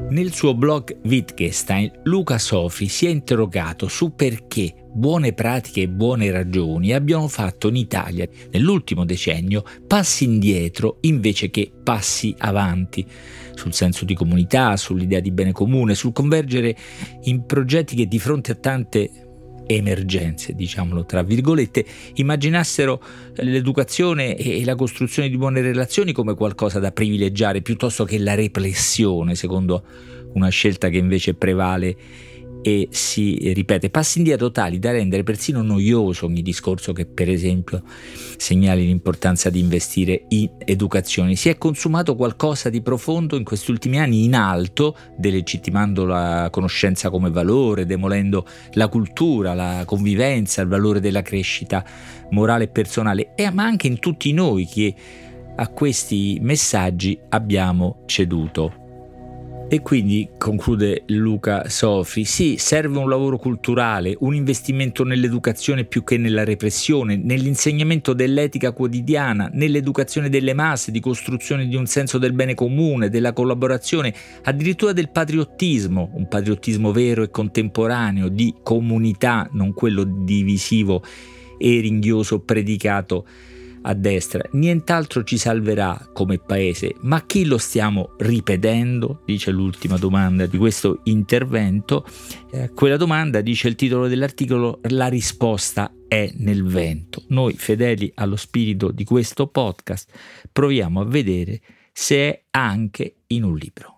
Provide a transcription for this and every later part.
Nel suo blog Wittgenstein, Luca Sofri si è interrogato su perché buone pratiche e buone ragioni abbiano fatto in Italia, nell'ultimo decennio, passi indietro invece che passi avanti, sul senso di comunità, sull'idea di bene comune, sul convergere in progetti che di fronte a tante emergenze, diciamolo tra virgolette, immaginassero l'educazione e la costruzione di buone relazioni come qualcosa da privilegiare piuttosto che la repressione, secondo una scelta che invece prevale e si ripete. Passi indietro tali da rendere persino noioso ogni discorso che, per esempio, segnali l'importanza di investire in educazione. Si è consumato qualcosa di profondo in questi ultimi anni in alto, delegittimando la conoscenza come valore, demolendo la cultura, la convivenza, il valore della crescita morale e personale, ma anche in tutti noi che a questi messaggi abbiamo ceduto. E quindi, conclude Luca Sofri, sì, serve un lavoro culturale, un investimento nell'educazione più che nella repressione, nell'insegnamento dell'etica quotidiana, nell'educazione delle masse, di costruzione di un senso del bene comune, della collaborazione, addirittura del patriottismo, un patriottismo vero e contemporaneo, di comunità, non quello divisivo e ringhioso predicato a destra. Nient'altro ci salverà come paese, ma chi lo stiamo ripetendo? Dice l'ultima domanda di questo intervento. Quella domanda, dice il titolo dell'articolo, la risposta è nel vento. Noi, fedeli allo spirito di questo podcast, proviamo a vedere se è anche in un libro.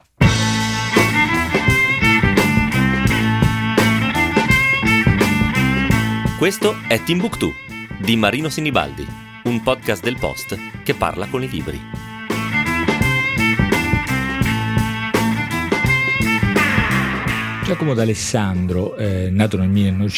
Questo è Timbuktu di Marino Sinibaldi, un podcast del Post che parla con i libri. Giacomo D'Alessandro, nato nel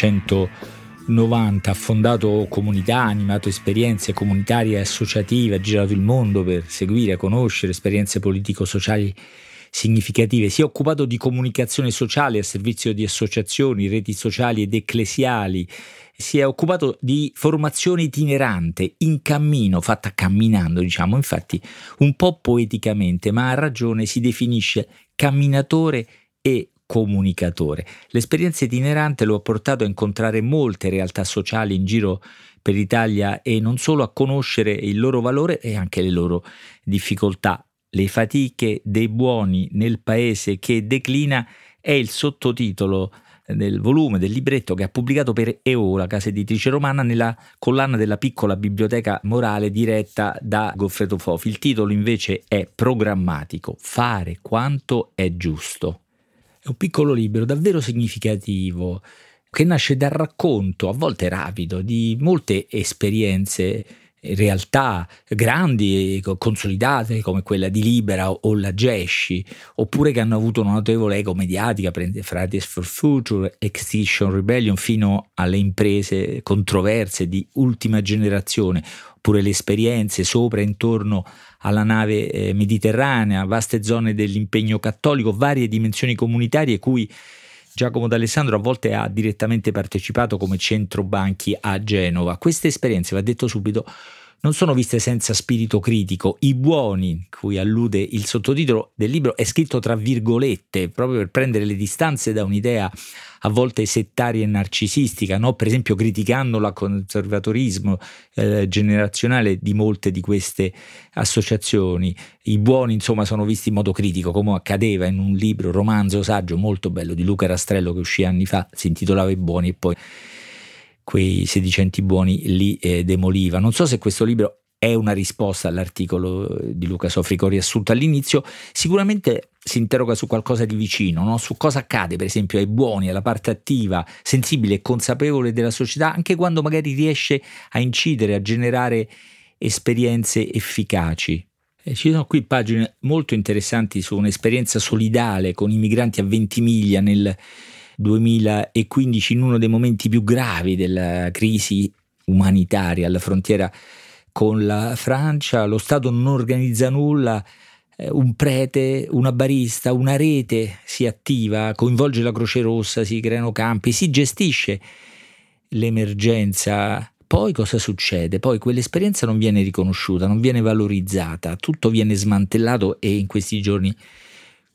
1990, ha fondato comunità, animato esperienze comunitarie e associative, ha girato il mondo per seguire e conoscere esperienze politico-sociali significative. Si è occupato di comunicazione sociale a servizio di associazioni, reti sociali ed ecclesiali. Si è occupato di formazione itinerante, in cammino, fatta camminando, diciamo, infatti un po' poeticamente, ma ha ragione, si definisce camminatore e comunicatore. L'esperienza itinerante lo ha portato a incontrare molte realtà sociali in giro per l'Italia e non solo, a conoscere il loro valore e anche le loro difficoltà. Le fatiche dei buoni nel paese che declina è il sottotitolo del volume, del libretto che ha pubblicato per EOLA, casa editrice romana, nella collana della piccola biblioteca morale diretta da Goffredo Fofi. Il titolo invece è programmatico: Fare quanto è giusto. È un piccolo libro davvero significativo che nasce dal racconto, a volte rapido, di molte esperienze, realtà grandi e consolidate come quella di Libera o la Gesci, oppure che hanno avuto una notevole eco mediatica, Fridays for Future, Extinction Rebellion, fino alle imprese controverse di ultima generazione, oppure le esperienze sopra e intorno alla nave mediterranea, vaste zone dell'impegno cattolico, varie dimensioni comunitarie cui Giacomo D'Alessandro a volte ha direttamente partecipato come centro banchi a Genova. Queste esperienze, va detto subito, non sono viste senza spirito critico. I buoni, cui allude il sottotitolo del libro, è scritto tra virgolette, proprio per prendere le distanze da un'idea a volte settaria e narcisistica, no? Per esempio criticando l'conservatorismo generazionale di molte di queste associazioni. I buoni, insomma, sono visti in modo critico, come accadeva in un libro, romanzo, saggio molto bello di Luca Rastrello che uscì anni fa, si intitolava I buoni, e poi quei sedicenti buoni li demoliva. Non so se questo libro è una risposta all'articolo di Luca Sofri che ho riassunto all'inizio. Sicuramente si interroga su qualcosa di vicino, no? Su cosa accade per esempio ai buoni, alla parte attiva, sensibile e consapevole della società, anche quando magari riesce a incidere, a generare esperienze efficaci. Ci sono qui pagine molto interessanti su un'esperienza solidale con i migranti a Ventimiglia nel 2015, in uno dei momenti più gravi della crisi umanitaria alla frontiera con la Francia. Lo Stato non organizza nulla, un prete, una barista, una rete si attiva, coinvolge la Croce Rossa, si creano campi, si gestisce l'emergenza. Poi cosa succede? Poi quell'esperienza non viene riconosciuta, non viene valorizzata, tutto viene smantellato e in questi giorni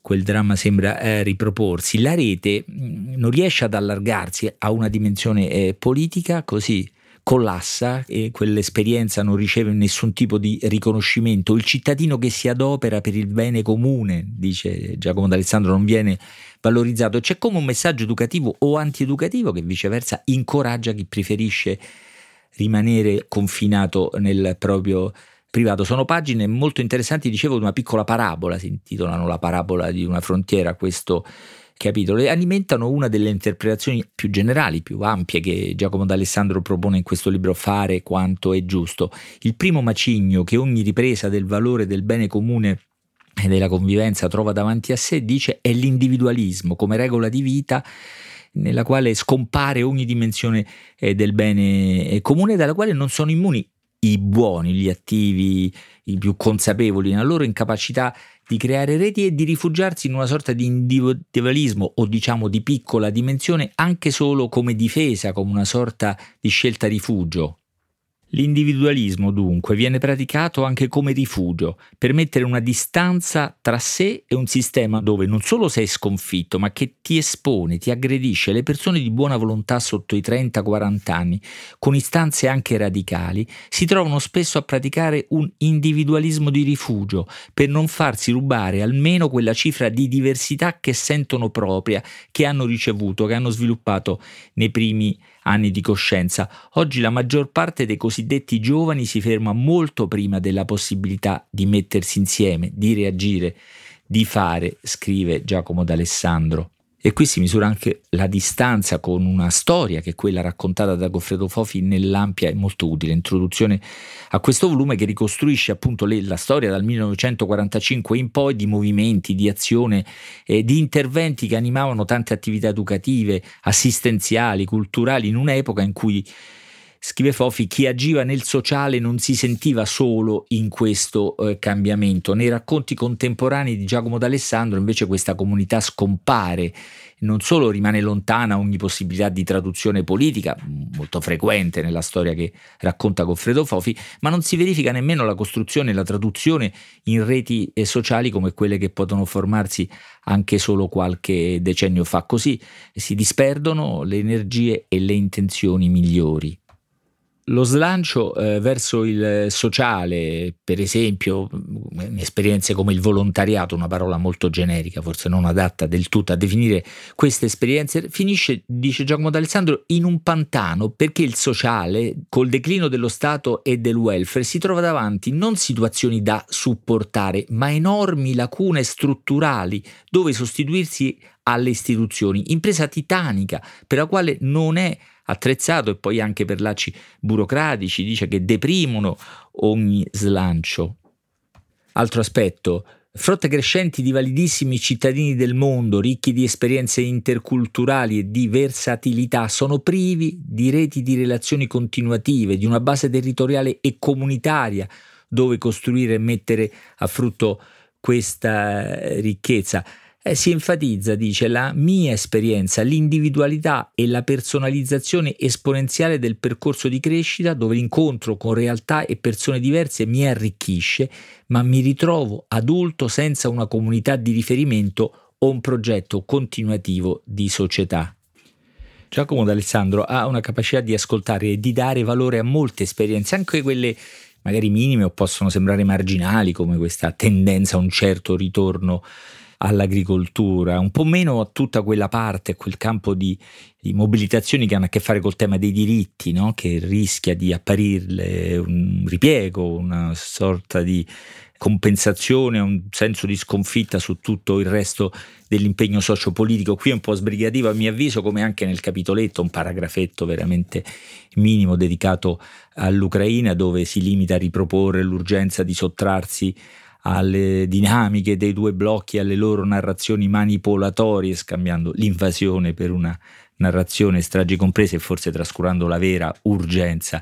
quel dramma sembra riproporsi. La rete non riesce ad allargarsi a una dimensione politica, così collassa e quell'esperienza non riceve nessun tipo di riconoscimento. Il cittadino che si adopera per il bene comune, dice Giacomo d'Alessandro, non viene valorizzato. C'è come un messaggio educativo o antieducativo che viceversa incoraggia chi preferisce rimanere confinato nel proprio privato. Sono pagine molto interessanti, dicevo, di una piccola parabola, si intitolano La parabola di una frontiera, questo capitolo, e alimentano una delle interpretazioni più generali, più ampie che Giacomo d'Alessandro propone in questo libro, Fare quanto è giusto. Il primo macigno che ogni ripresa del valore del bene comune e della convivenza trova davanti a sé, dice, è l'individualismo come regola di vita nella quale scompare ogni dimensione del bene comune, dalla quale non sono immuni i buoni, gli attivi, i più consapevoli nella loro incapacità di creare reti e di rifugiarsi in una sorta di individualismo o diciamo di piccola dimensione, anche solo come difesa, come una sorta di scelta rifugio. L'individualismo dunque viene praticato anche come rifugio, per mettere una distanza tra sé e un sistema dove non solo sei sconfitto, ma che ti espone, ti aggredisce. Le persone di buona volontà sotto i 30-40 anni, con istanze anche radicali, si trovano spesso a praticare un individualismo di rifugio, per non farsi rubare almeno quella cifra di diversità che sentono propria, che hanno ricevuto, che hanno sviluppato nei primi anni di coscienza. Oggi la maggior parte dei cosiddetti giovani si ferma molto prima della possibilità di mettersi insieme, di reagire, di fare, scrive Giacomo d'Alessandro. E qui si misura anche la distanza con una storia che è quella raccontata da Goffredo Fofi nell'ampia e molto utile introduzione a questo volume, che ricostruisce appunto la storia dal 1945 in poi di movimenti, di azione, di interventi che animavano tante attività educative, assistenziali, culturali, in un'epoca in cui, scrive Fofi, chi agiva nel sociale non si sentiva solo in questo cambiamento. Nei racconti contemporanei di Giacomo d'Alessandro invece questa comunità scompare, non solo rimane lontana ogni possibilità di traduzione politica, molto frequente nella storia che racconta Goffredo Fofi, ma non si verifica nemmeno la costruzione e la traduzione in reti sociali come quelle che possono formarsi anche solo qualche decennio fa. Così si disperdono le energie e le intenzioni migliori. Lo slancio verso il sociale, per esempio, in esperienze come il volontariato, una parola molto generica, forse non adatta del tutto a definire queste esperienze, finisce, dice Giacomo d'Alessandro, in un pantano, perché il sociale, col declino dello Stato e del welfare, si trova davanti non situazioni da supportare, ma enormi lacune strutturali dove sostituirsi alle istituzioni, impresa titanica per la quale non è attrezzato, e poi anche per lacci burocratici, dice, che deprimono ogni slancio. Altro aspetto: frotte crescenti di validissimi cittadini del mondo, ricchi di esperienze interculturali e di versatilità, sono privi di reti di relazioni continuative, di una base territoriale e comunitaria dove costruire e mettere a frutto questa ricchezza. Si enfatizza, dice, la mia esperienza, l'individualità e la personalizzazione esponenziale del percorso di crescita, dove l'incontro con realtà e persone diverse mi arricchisce, ma mi ritrovo adulto senza una comunità di riferimento o un progetto continuativo di società. Giacomo d'Alessandro ha una capacità di ascoltare e di dare valore a molte esperienze, anche quelle magari minime o possono sembrare marginali, come questa tendenza a un certo ritorno all'agricoltura, un po' meno a tutta quella parte, quel campo di mobilitazioni che hanno a che fare col tema dei diritti, no? Che rischia di apparirle un ripiego, una sorta di compensazione, un senso di sconfitta su tutto il resto dell'impegno sociopolitico. Qui è un po' sbrigativo a mio avviso, come anche nel capitoletto, un paragrafetto veramente minimo dedicato all'Ucraina, dove si limita a riproporre l'urgenza di sottrarsi alle dinamiche dei due blocchi, alle loro narrazioni manipolatorie, scambiando l'invasione per una narrazione stragi comprese e forse trascurando la vera urgenza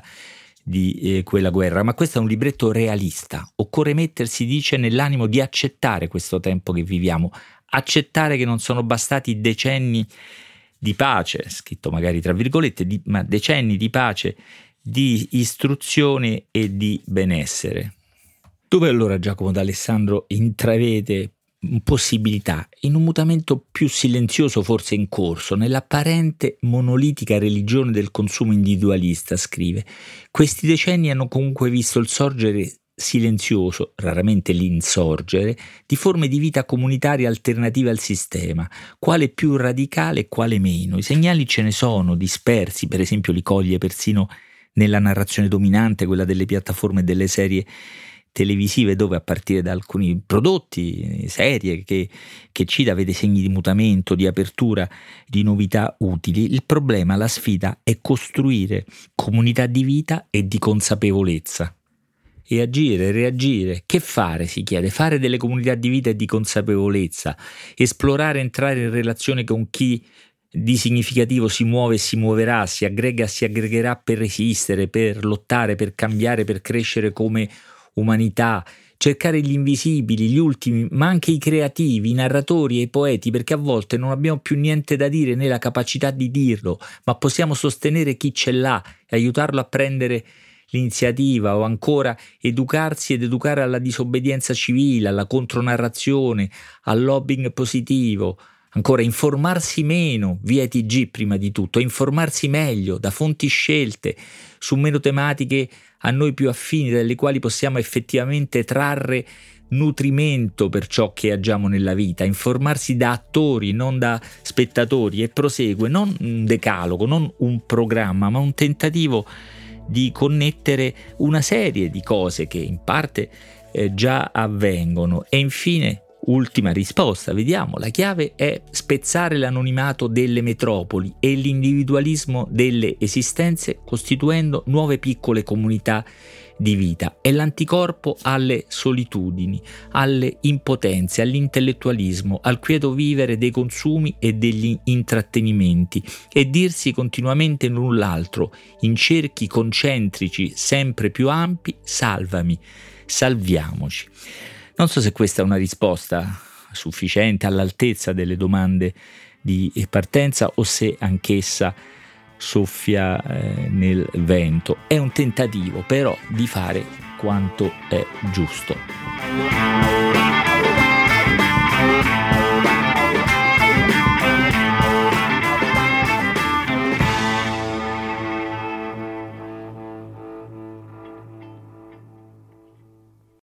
di quella guerra. Ma questo è un libretto realista. Occorre mettersi, dice, nell'animo di accettare questo tempo che viviamo, accettare che non sono bastati decenni di pace, scritto magari tra virgolette, ma decenni di pace, di istruzione e di benessere. Dove allora Giacomo d'Alessandro intravede possibilità in un mutamento più silenzioso forse in corso, nell'apparente monolitica religione del consumo individualista, scrive. Questi decenni hanno comunque visto il sorgere silenzioso, raramente l'insorgere, di forme di vita comunitaria alternative al sistema, quale più radicale e quale meno. I segnali ce ne sono, dispersi, per esempio li coglie persino nella narrazione dominante, quella delle piattaforme e delle serie televisive, dove a partire da alcuni prodotti, serie che cita, vede segni di mutamento, di apertura, di novità utili. Il problema, la sfida è costruire comunità di vita e di consapevolezza. E agire, reagire. Che fare, si chiede? Fare delle comunità di vita e di consapevolezza, esplorare, entrare in relazione con chi di significativo si muove e si muoverà, si aggrega e si aggregherà per resistere, per lottare, per cambiare, per crescere come umanità, cercare gli invisibili, gli ultimi, ma anche i creativi, i narratori e i poeti, perché a volte non abbiamo più niente da dire né la capacità di dirlo, ma possiamo sostenere chi ce l'ha e aiutarlo a prendere l'iniziativa, o ancora educarsi ed educare alla disobbedienza civile, alla contronarrazione, al lobbying positivo, ancora informarsi meno, via TG prima di tutto, informarsi meglio da fonti scelte su meno tematiche a noi più affini, dalle quali possiamo effettivamente trarre nutrimento per ciò che agiamo nella vita, informarsi da attori, non da spettatori, e prosegue, non un decalogo, non un programma, ma un tentativo di connettere una serie di cose che in parte già avvengono. E infine, ultima risposta, vediamo, la chiave è spezzare l'anonimato delle metropoli e l'individualismo delle esistenze, costituendo nuove piccole comunità di vita. È l'anticorpo alle solitudini, alle impotenze, all'intellettualismo, al quieto vivere dei consumi e degli intrattenimenti, e dirsi continuamente l'un l'altro in cerchi concentrici sempre più ampi: salvami, salviamoci. Non so se questa è una risposta sufficiente, all'altezza delle domande di partenza, o se anch'essa soffia nel vento. È un tentativo però di fare quanto è giusto.